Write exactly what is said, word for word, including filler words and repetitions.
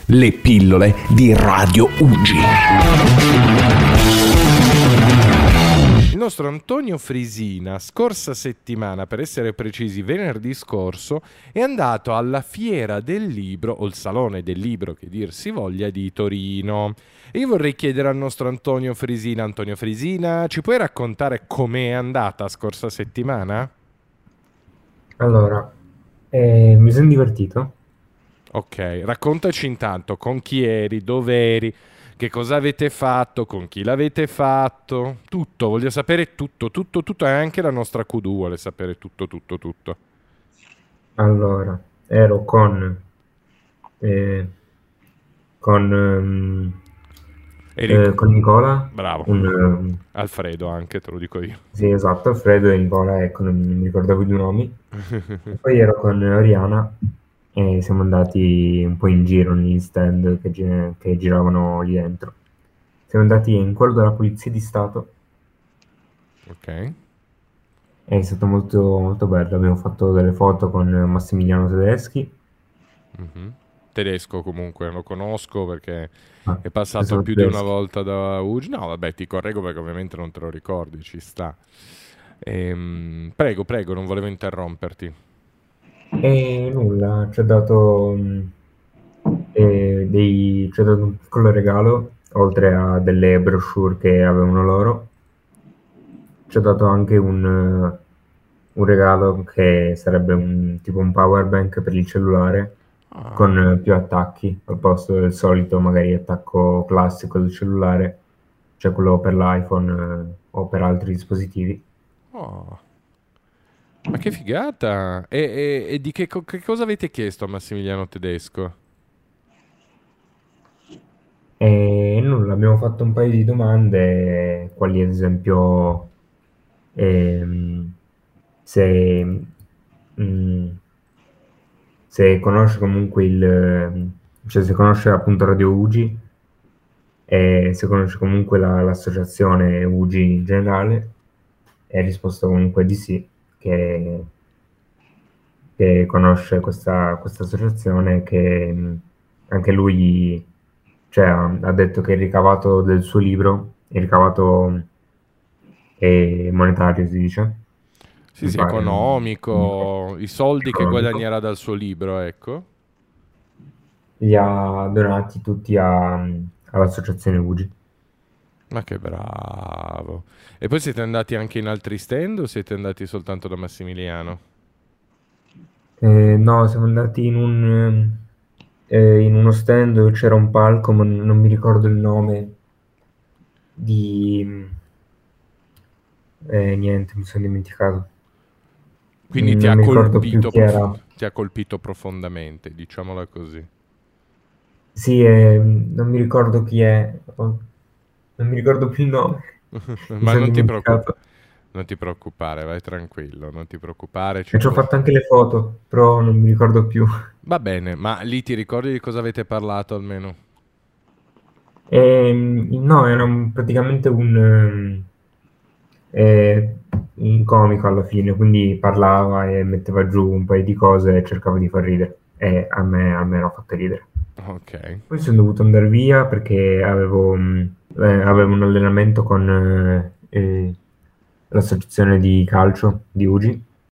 le pillole di Radio Uggi. Il nostro Antonio Frisina, scorsa settimana, per essere precisi venerdì scorso, è andato alla Fiera del Libro, o il Salone del Libro, che dir si voglia, di Torino. E io vorrei chiedere al nostro Antonio Frisina, Antonio Frisina, ci puoi raccontare com'è andata scorsa settimana? Allora, eh, mi sono divertito. Ok, raccontaci intanto con chi eri, dove eri, che cosa avete fatto, con chi l'avete fatto, tutto, voglio sapere tutto, tutto, tutto, e anche la nostra Q D vuole sapere tutto, tutto, tutto. Allora, ero con, eh, con, ehm, Eri eh, con Nicola, bravo, un, ehm, Alfredo anche, te lo dico io. sì, esatto, Alfredo e Nicola, ecco, non mi ricordavo i due nomi. E poi ero con Oriana e siamo andati un po' in giro negli stand che, gi- che giravano lì dentro. Siamo andati in quello della Polizia di Stato. Ok. È stato molto, molto bello. Abbiamo fatto delle foto con Massimiliano Tedeschi. Mhm. Tedesco comunque, lo conosco perché Ah, è passato pensavo più di una Tedeschi. volta da U G. No, vabbè, ti correggo perché ovviamente non te lo ricordi, ci sta. Ehm, prego, prego, non volevo interromperti. E nulla, ci ha dato, mh, eh, dei, ci ha dato un piccolo regalo, oltre a delle brochure che avevano loro. Ci ha dato anche un, eh, un regalo che sarebbe un, tipo un power bank per il cellulare Ah, con eh, più attacchi, al posto del solito magari attacco classico del cellulare, cioè quello per l'iPhone, eh, o per altri dispositivi. oh, ma che figata! E, e- e di che, co- che cosa avete chiesto a Massimiliano Tedesco? E nulla, abbiamo fatto un paio di domande, quali ad esempio ehm, se, mh, se conosce comunque il, cioè se conosce appunto Radio Ugi e se conosce comunque la- l'associazione Ugi in generale, e ha risposto comunque di sì, che, che conosce questa, questa associazione, che mh, anche lui, cioè, ha, ha detto che il ricavato del suo libro, il ricavato è monetario, si dice, Sì, mi sì, pare, non, non mi ricordo, economico, i soldi che economico, guadagnerà dal suo libro, ecco. li ha donati tutti a- all'associazione Ugi. Ma che bravo. E poi siete andati anche in altri stand o siete andati soltanto da Massimiliano? Eh, no, siamo andati in un, eh, in uno stand dove c'era un palco, ma non mi ricordo il nome di... eh, niente, mi sono dimenticato. Quindi Mm, ti Non ha mi ricordo più colpito, chi era. prof- ti ha colpito profondamente, diciamola così. Sì, eh, non mi ricordo chi è. Oh, non mi ricordo più il nome. Mi Ma sono non ti preoccupa- dimenticato. non ti preoccupare, vai tranquillo, non ti preoccupare, ci E ci ho puoi... fatto anche le foto, però non mi ricordo più. Va bene, ma lì ti ricordi di cosa avete parlato almeno? Ehm, no, era un- praticamente un, ehm, eh, un comico alla fine, quindi parlava e metteva giù un paio di cose e cercava di far ridere. E a me almeno ha fatto ridere. Ok. Poi sono dovuto andare via perché avevo, mh, eh, avevo un allenamento con eh, eh, l'associazione di calcio di Ugi